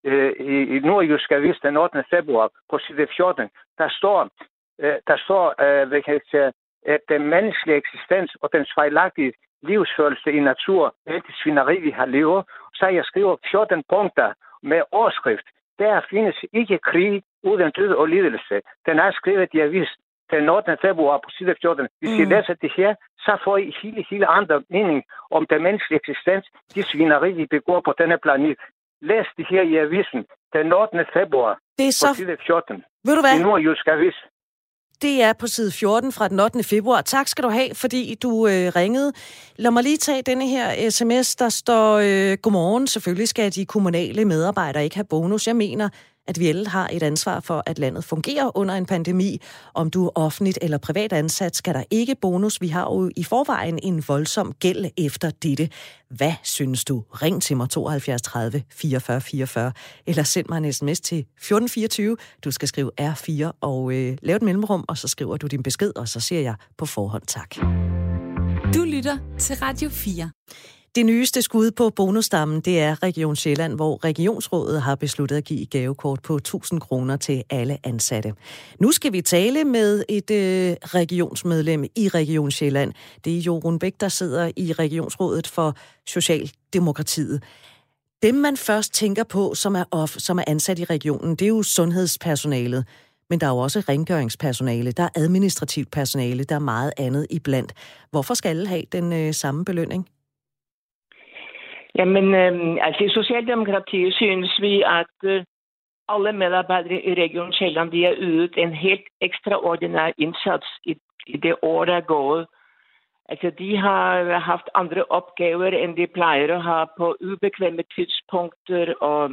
i Nordjysk Avis den 8. februar på side 14, der står at den menneskelige eksistens og den fejlagtige livsførelse i natur er det svineri, vi har levet. Så jeg skriver 14 punkter med overskrift. Der findes ikke krig uden død og lidelse. Den er skrevet i avis den 8. februar på side 14. Hvis I læser det her, så får I hele andre mening om den menneskelige eksistens, de svineri, vi begår på denne planet. Læs det her i avisen den 8. februar på side 14. Ved du hvad? I Nordjysk Avis. Det er på side 14 fra den 8. februar. Tak skal du have, fordi du ringede. Lad mig lige tage denne her sms, der står, godmorgen, selvfølgelig skal de kommunale medarbejdere ikke have bonus. Jeg mener, at vi alle har et ansvar for, at landet fungerer under en pandemi. Om du er offentligt eller privat ansat, skal der ikke bonus. Vi har jo i forvejen en voldsom gæld efter dette. Hvad synes du? Ring til mig 72 30 44 44, eller send mig en sms til 1424. Du skal skrive R4 og lave et mellemrum, og så skriver du din besked, og så siger jeg på forhånd tak. Du lytter til Radio 4. Det nyeste skud på bonusstammen, det er Region Sjælland, hvor Regionsrådet har besluttet at give gavekort på 1.000 kroner til alle ansatte. Nu skal vi tale med et regionsmedlem i Region Sjælland. Det er Jorun Bæk, der sidder i Regionsrådet for Socialdemokratiet. Dem, man først tænker på, som er ansat i regionen, det er jo sundhedspersonalet. Men der er jo også rengøringspersonale, der er administrativt personale, der er meget andet iblandt. Hvorfor skal alle have den samme belønning? Jamen, altså i Socialdemokratiet synes vi, at alle medarbejdere i Region Sjælland, de har ydet en helt ekstraordinær indsats i det år, der er gået. Altså, de har haft andre opgaver, end de plejer at have på ubekvemme tidspunkter, og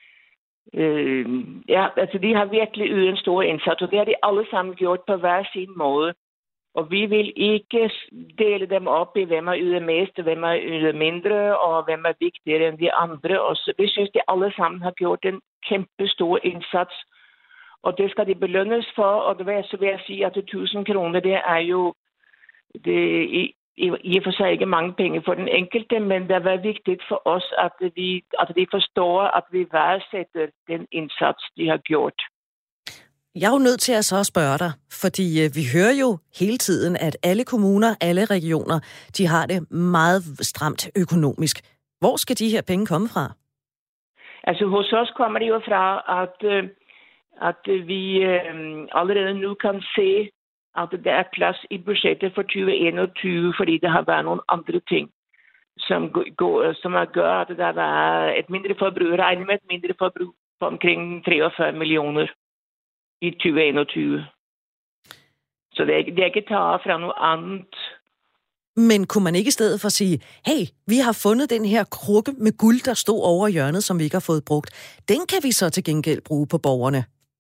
altså, de har virkelig ydet en stor indsats, og det har de alle sammen gjort på hver sin måde. Og vi vil ikke dele dem op i, hvem har ydet mest, hvem har ydet mindre, og hvem er vigtigere end de andre. Og så, vi synes, de alle sammen har gjort en kæmpestor indsats, og det skal de belønnes for. Og det så vil jeg sige, at 1.000 kroner, det er jo i og for sig ikke mange penge for den enkelte, men det er vigtigt for os, at de forstår, at vi værdsætter den indsats, de har gjort. Jeg er jo nødt til at så spørge dig, fordi vi hører jo hele tiden, at alle kommuner, alle regioner, de har det meget stramt økonomisk. Hvor skal de her penge komme fra? Altså hos os kommer det jo fra, at vi allerede nu kan se, at der er plads i budgettet for 2021, fordi der har været nogle andre ting, som har gjort, at der var et mindre forbrug, regnet med et mindre forbrug på omkring 43 millioner. I 2021. Så det er ikke taget fra noget andet. Men kunne man ikke i stedet for sige, hey, vi har fundet den her krukke med guld, der stod over hjørnet, som vi ikke har fået brugt. Den kan vi så til gengæld bruge på borgerne.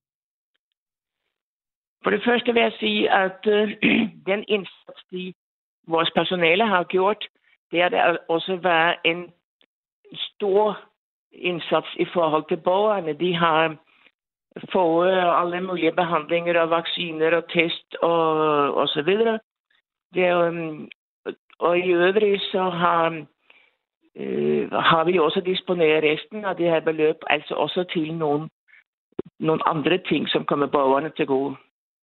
For det første vil jeg sige, at den indsats, vores personale har gjort, det har der også været en stor indsats i forhold til borgerne. De har fået alle mulige behandlinger og vacciner og test og så videre. Og i øvrigt så har vi også disponeret resten af det her beløb, altså også til nogle andre ting, som kommer borgerne til gode.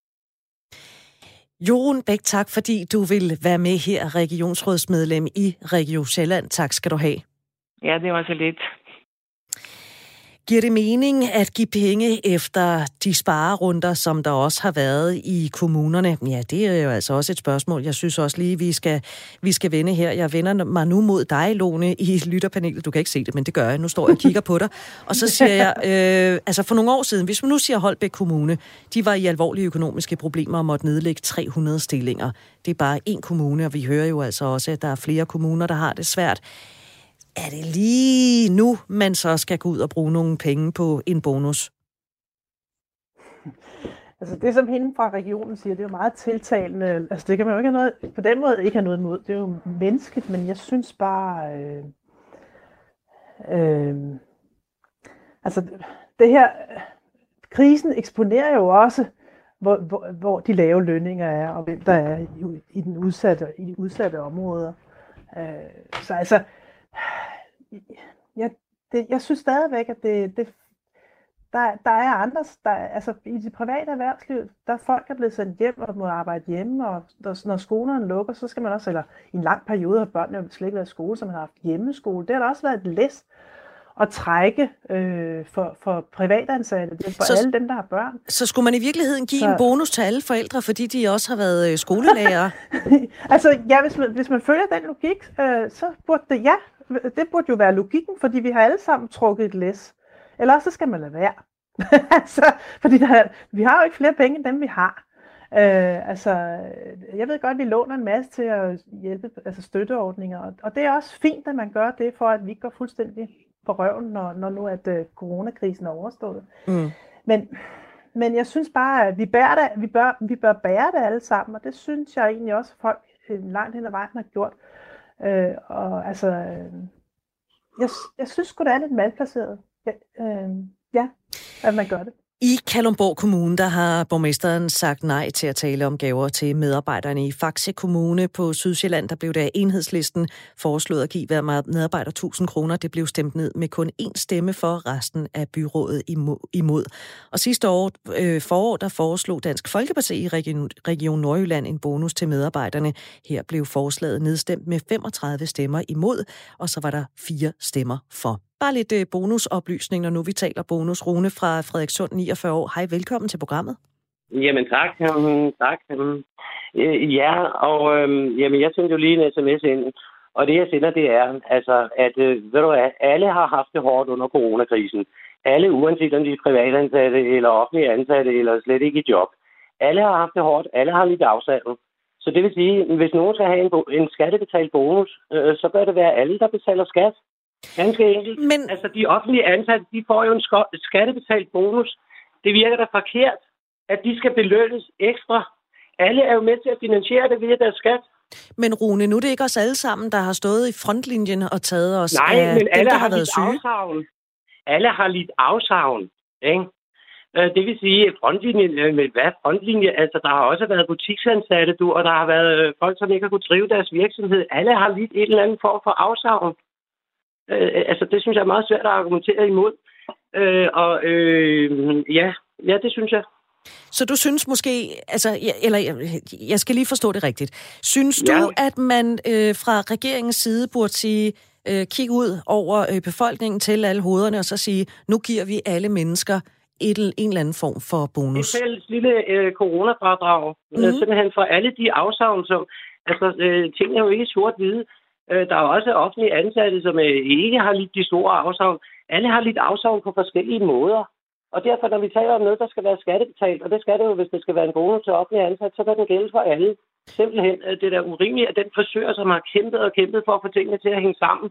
Jorun Bæk, tak fordi du vil være med her, regionsrådsmedlem i Region Sjælland. Tak skal du have. Ja, det var så lidt. Giver det mening at give penge efter de sparerunder, som der også har været i kommunerne? Ja, det er jo altså også et spørgsmål. Jeg synes også lige, vi skal vende her. Jeg vender mig nu mod dig, Lone, i lytterpanelet. Du kan ikke se det, men det gør jeg. Nu står jeg og kigger på dig. Og så siger jeg, altså for nogle år siden, hvis man nu siger Holbæk Kommune, de var i alvorlige økonomiske problemer og måtte nedlægge 300 stillinger. Det er bare én kommune, og vi hører jo altså også, at der er flere kommuner, der har det svært. Er det lige nu, man så skal gå ud og bruge nogle penge på en bonus? Altså det, som hende fra regionen siger, det er jo meget tiltalende. Altså det kan man jo ikke have noget, på den måde ikke have noget imod. Det er jo menneskeligt, men jeg synes bare... altså det her... Krisen eksponerer jo også, hvor de lave lønninger er, og hvem der er i de udsatte områder. Så altså... Jeg synes stadigvæk, at Der er andre, altså i det private erhvervsliv, der folk er blevet sendt hjem og må arbejde hjemme, og når skolerne lukker, så skal man også, eller i en lang periode har børnene jo slet ikke været i skole, så man har haft hjemmeskole. Det har der også været et læs at trække for privatansatte, det er for alle dem, der har børn. Så skulle man i virkeligheden give en bonus til alle forældre, fordi de også har været skolelærere? Altså, ja, hvis man følger den logik, så burde det burde jo være logikken, fordi vi har alle sammen trukket et læs. Eller også så skal man lade være. Altså, fordi vi har jo ikke flere penge, end dem vi har. Jeg ved godt, at vi låner en masse til at hjælpe, altså støtteordninger, og det er også fint, at man gør det, for at vi ikke går fuldstændig på røven, når nu at coronakrisen er overstået. Men jeg synes bare, at vi bør bære det alle sammen, og det synes jeg egentlig også, at folk langt hen ad vejen har gjort. Jeg synes sgu, det er lidt malplaceret. At man gør det. I Kalundborg Kommune, der har borgmesteren sagt nej til at tale om gaver til medarbejderne. I Faxe Kommune på Sydsjælland, der blev der Enhedslisten foreslået at give hver medarbejder 1.000 kroner. Det blev stemt ned med kun 1 stemme for, resten af byrådet imod. Og sidste forår, der foreslog Dansk Folkeparti i Region Nordjylland en bonus til medarbejderne. Her blev forslaget nedstemt med 35 stemmer imod, og så var der 4 stemmer for. Bare lidt bonusoplysning, når nu vi taler bonus. Rune fra Frederikssund, 49 år. Hej, velkommen til programmet. Jamen tak. Tak. Jeg sendte jo lige en sms ind, og det jeg sender, det er, altså, at ved du hvad, alle har haft det hårdt under coronakrisen. Alle, uanset om de er privatansatte eller offentlige ansatte eller slet ikke i job. Alle har haft det hårdt, alle har lidt afsavnet. Så det vil sige, hvis nogen skal have en skattebetalt bonus, så bør det være alle, der betaler skat. Ganske enkelt. Men altså, de offentlige ansatte, de får jo en skattebetalt bonus. Det virker da forkert, at de skal belønnes ekstra. Alle er jo med til at finansiere det via deres skat. Men Rune, nu er det ikke os alle sammen, der har stået i frontlinjen og taget os af dem, alle der har været syge. Afsavn. Alle har lidt afsavn, ikke? Det vil sige, frontlinjen, med hvad frontlinje? Altså, der har også været butiksansatte, og der har været folk, som ikke har kunnet drive deres virksomhed. Alle har lidt et eller andet form for afsavn. Det synes jeg er meget svært at argumentere imod. Det synes jeg. Så du synes måske, jeg skal lige forstå det rigtigt. Synes du, at man fra regeringens side burde sige, kigge ud over befolkningen til alle hovederne, og så sige, nu giver vi alle mennesker en eller anden form for bonus? Et fælles lille coronafradrag, simpelthen for alle de afsavn, som, ting er jo ikke sort-hvide. Der er også offentlige ansatte, som ikke har lidt de store afsavn. Alle har lidt afsavn på forskellige måder. Og derfor, når vi taler om noget, der skal være skattebetalt, og det skal det jo, hvis det skal være en bonus til offentlige ansatte, så kan den gælde for alle. Simpelthen, det er da urimeligt, at den frisør, som har kæmpet for at få tingene til at hænge sammen,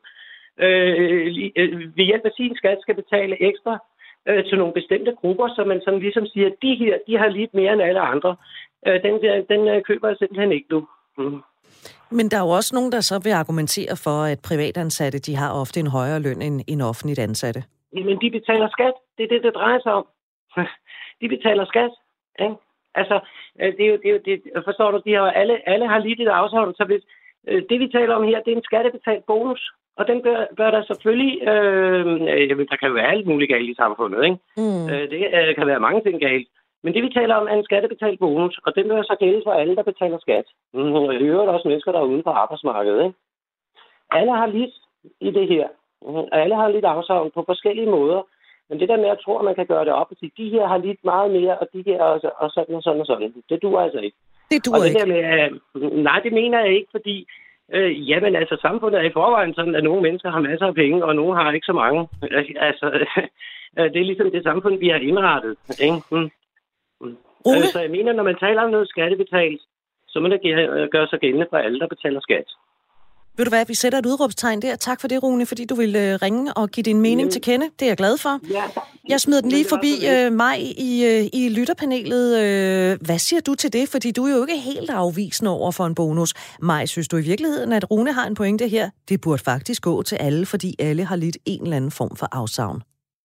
ved hjælp af sin skat skal betale ekstra til nogle bestemte grupper, så man sådan ligesom siger, at de her, de har lidt mere end alle andre. Den køber jeg simpelthen ikke nu. Men der er jo også nogen, der så vil argumentere for, at privatansatte, de har ofte en højere løn end offentligt ansatte. Jamen, de betaler skat. Det er det drejer sig om. De betaler skat. Ikke? Altså, det er jo det. Forstår du, alle har lidt et afsavn, så hvis det, vi taler om her, det er en skattebetalt bonus. Og den bør der selvfølgelig... der kan jo være alt muligt galt i samfundet, ikke? Det kan være mange ting galt. Men det, vi taler om, er en skattebetalt bonus, og den vil så gælde for alle, der betaler skat. Og i øvrigt også mennesker, der er uden for arbejdsmarkedet. Ikke? Alle har lidt i det her. Alle har lidt afsavn på forskellige måder. Men det der med at tro, at man kan gøre det op og sige, de her har lidt meget mere, og de her og sådan og sådan og sådan. Det duer altså ikke. Det duer ikke. Der med, nej, det mener jeg ikke, fordi samfundet er i forvejen sådan, at nogle mennesker har masser af penge, og nogle har ikke så mange. Det er ligesom det samfund, vi har indrettet. Ikke? Så jeg mener, når man taler om noget skattebetalt, så må det gøre sig gældende for alle, der betaler skat. Ved du hvad, vi sætter et udråbstegn der. Tak for det, Rune, fordi du ville ringe og give din mening til kende. Det er jeg glad for. Jeg smider den lige forbi mig i lytterpanelet. Hvad siger du til det? Fordi du er jo ikke helt afvisende over for en bonus. Maj, synes du i virkeligheden, at Rune har en pointe her? Det burde faktisk gå til alle, fordi alle har lidt en eller anden form for afsavn.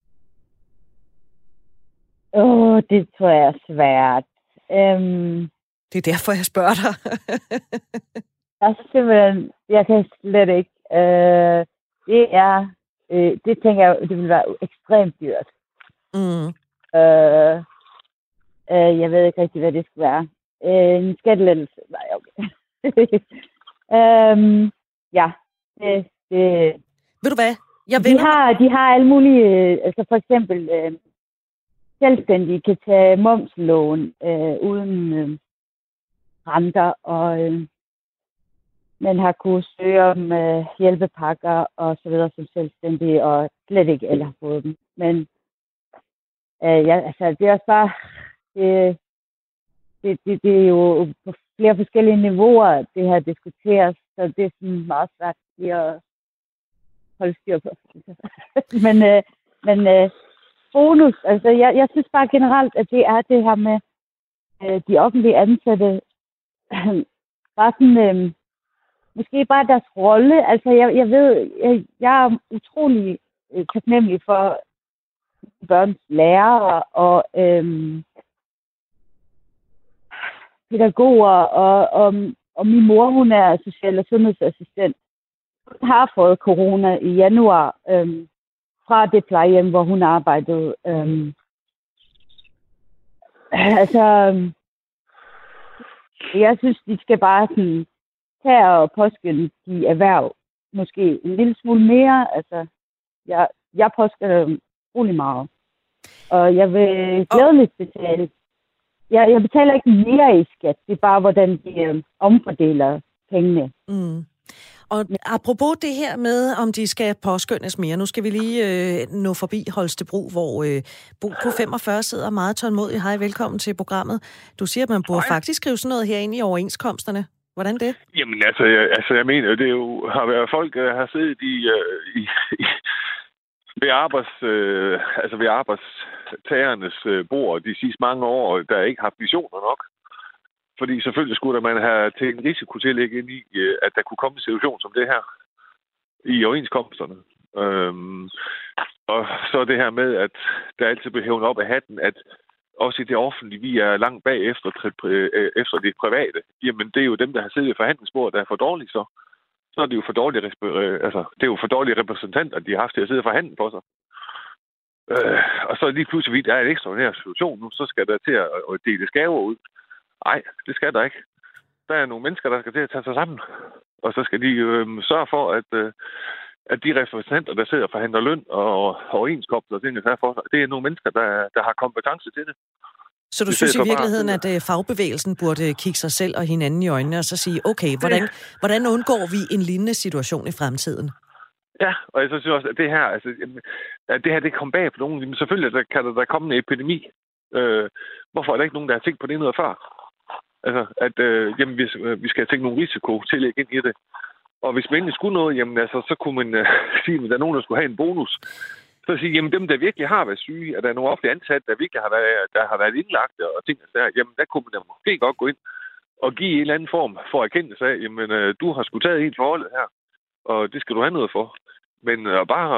Det tror jeg er svært. Det er derfor, jeg spørger dig. Jeg kan slet ikke. Det tænker jeg, det vil være ekstremt dyrt. Jeg ved ikke rigtig, hvad det skal være. En skattelettelse. Nej, okay. Ja, det. Ved du hvad? De har alle mulige, altså for eksempel selvstændige kan tage momslån uden renter, og man har kunnet søge om hjælpepakker og så videre som selvstændige, og slet ikke alle har fået dem. Men det er også bare, det er jo på flere forskellige niveauer, det her diskuteres, så det er sådan meget svært lige at holde styr på. men bonus, altså jeg synes bare generelt, at det er det her med de offentlige ansatte, bare sådan, måske bare deres rolle. Altså jeg ved, jeg er utrolig taknemmelig for børns lærere og pædagoger, og min mor, hun er social- og sundhedsassistent. Hun har fået corona i januar fra det plejehjem, hvor hun arbejdede. Jeg synes, de skal bare sådan tage og påskynde de erhverv måske en lille smule mere. Altså, jeg påskynder dem utrolig meget. Og jeg vil glædeligt betale. Jeg betaler ikke mere i skat. Det er bare, hvordan de omfordeler pengene. Mm. Og apropos det her med, om de skal påskyndes mere, nu skal vi lige nå forbi Holstebro, hvor Bo på 45 sidder meget tålmodig. Hej, velkommen til programmet. Du siger, at man burde faktisk skrive sådan noget her ind i overenskomsterne. Hvordan det? Jamen jeg mener, det jo har været folk, der har siddet ved arbejdstagernes bord de sidste mange år, der ikke har visioner nok. Fordi selvfølgelig skulle man have til en risikotillæg ind i, at der kunne komme en situation som det her i overenskomsterne. Og så det her med, at der altid bliver hævet op af hatten, at også i det offentlige, vi er langt bag efter det private. Jamen, det er jo dem, der har siddet i forhandlingsbordet, der er for dårlige så. Så er det jo for dårlige, det er jo for dårlige repræsentanter, de har haft til at sidde og forhandle på sig. Og så lige pludselig, der er en ekstraordinær situation nu, så skal der til at dele gaver ud. Nej, det skal der ikke. Der er nogle mennesker, der skal til at tage sig sammen. Og så skal de sørge for, at de repræsentanter, der sidder og forhandler løn og overenskomster og ting, det er nogle mennesker, der har kompetence til det. Så du synes i virkeligheden, at fagbevægelsen burde kigge sig selv og hinanden i øjnene og så sige, okay, hvordan undgår vi en lignende situation i fremtiden? Ja, og jeg synes også, at det her, det kom bag på nogen. Selvfølgelig kan der komme en epidemi. Hvorfor er der ikke nogen, der har tænkt på det noget før? Altså, at vi skal have tænkt nogle risikotillæg ind i det. Og hvis man endelig skulle noget, så kunne man sige, at der er nogen, der skulle have en bonus. Så sige, jamen dem, der virkelig har været syge, at der er nogle offentlige ansatte, der virkelig har været indlagt og ting og der, jamen der kunne man da måske godt gå ind og give en eller anden form for erkendelse af, jamen du har sgu taget helt forholdet her, og det skal du have noget for. Men bare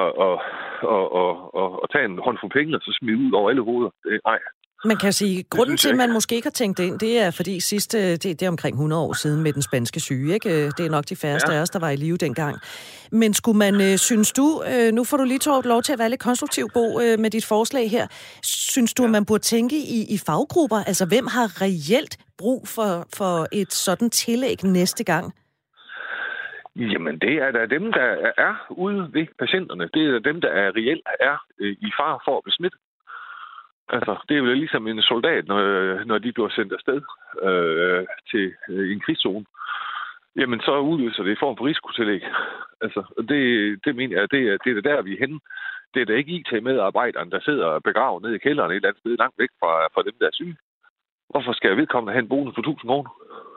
at tage en håndfuld penge og så smide ud over alle hoveder, nej. Man kan sige, grunden til, at man måske ikke har tænkt det ind, det er fordi det er omkring 100 år siden med den spanske syge, ikke? Det er nok de færreste af os, der var i live dengang. Men skulle man, synes du, nu får du lige lov til at være lidt konstruktiv, Bo, med dit forslag her, synes du, at man burde tænke i faggrupper? Altså, hvem har reelt brug for et sådan tillæg næste gang? Jamen, det er da dem, der er ude ved patienterne. Det er dem, der er reelt er i fare for at blive smittet. Altså, det er jo ligesom en soldat, når de bliver sendt afsted til en krigszone. Jamen, så udløser det i form for risikotillæg. Altså, det mener jeg, det er der, vi er henne. Det er da ikke IT-medarbejderen, der sidder begravet nede i kælderen et eller andet sted, langt væk fra dem, der er syge. Hvorfor skal vedkommende have en bonus på 1.000 kroner?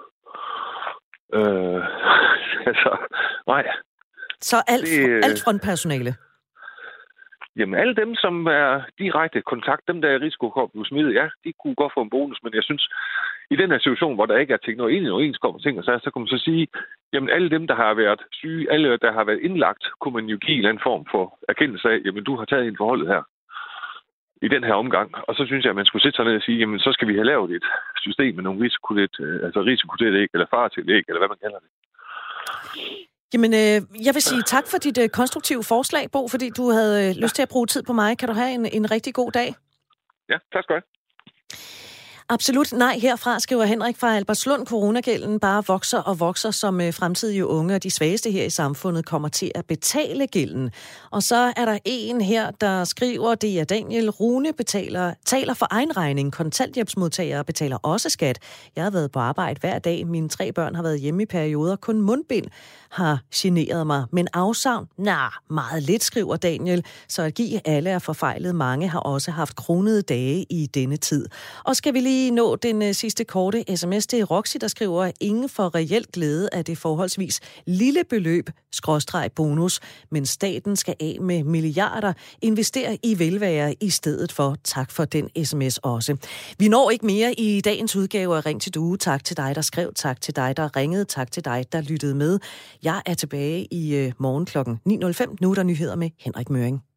Nej. Så alt frontpersonale? Jamen, alle dem, som er direkte kontakt, dem, der er i risiko for at blive smittet, ja, de kunne godt få en bonus, men jeg synes, i den her situation, hvor der ikke er noget ind i overenskomst, så kan man så sige, jamen, alle dem, der har været syge, alle, der har været indlagt, kunne man jo give en eller anden form for erkendelse af, jamen, du har taget en forholdet her i den her omgang. Og så synes jeg, at man skulle sætte sig ned og sige, jamen, så skal vi have lavet et system med nogle risikotillæg, eller faretillæg, eller hvad man kalder det. Jamen, jeg vil sige tak for dit konstruktive forslag, Bo, fordi du havde lyst til at bruge tid på mig. Kan du have en rigtig god dag? Ja, tak skal du have. Absolut nej herfra, skriver Henrik fra Albertslund. Coronagælden bare vokser og vokser, som fremtidige unge og de svageste her i samfundet kommer til at betale gælden. Og så er der en her, der skriver, det er Daniel: Rune taler for egen regning. Kontanthjælpsmodtagere betaler også skat. Jeg har været på arbejde hver dag. Mine 3 børn har været hjemme i perioder. Kun mundbind har generet mig. Men afsavn? Meget lidt, skriver Daniel. Så at give alle er forfejlet. Mange har også haft kronede dage i denne tid. Og skal vi lige nå den sidste korte sms. Det er Roxy, der skriver: ingen får reelt glæde af det forholdsvis lille beløb /bonus, men staten skal af med milliarder. Investere i velvære i stedet for. Tak for den sms også. Vi når ikke mere i dagens udgave af Ring til Due. Tak til dig, der skrev. Tak til dig, der ringede. Tak til dig, der lyttede med. Jeg er tilbage i morgen kl. 9.05. Nu er der nyheder med Henrik Møring.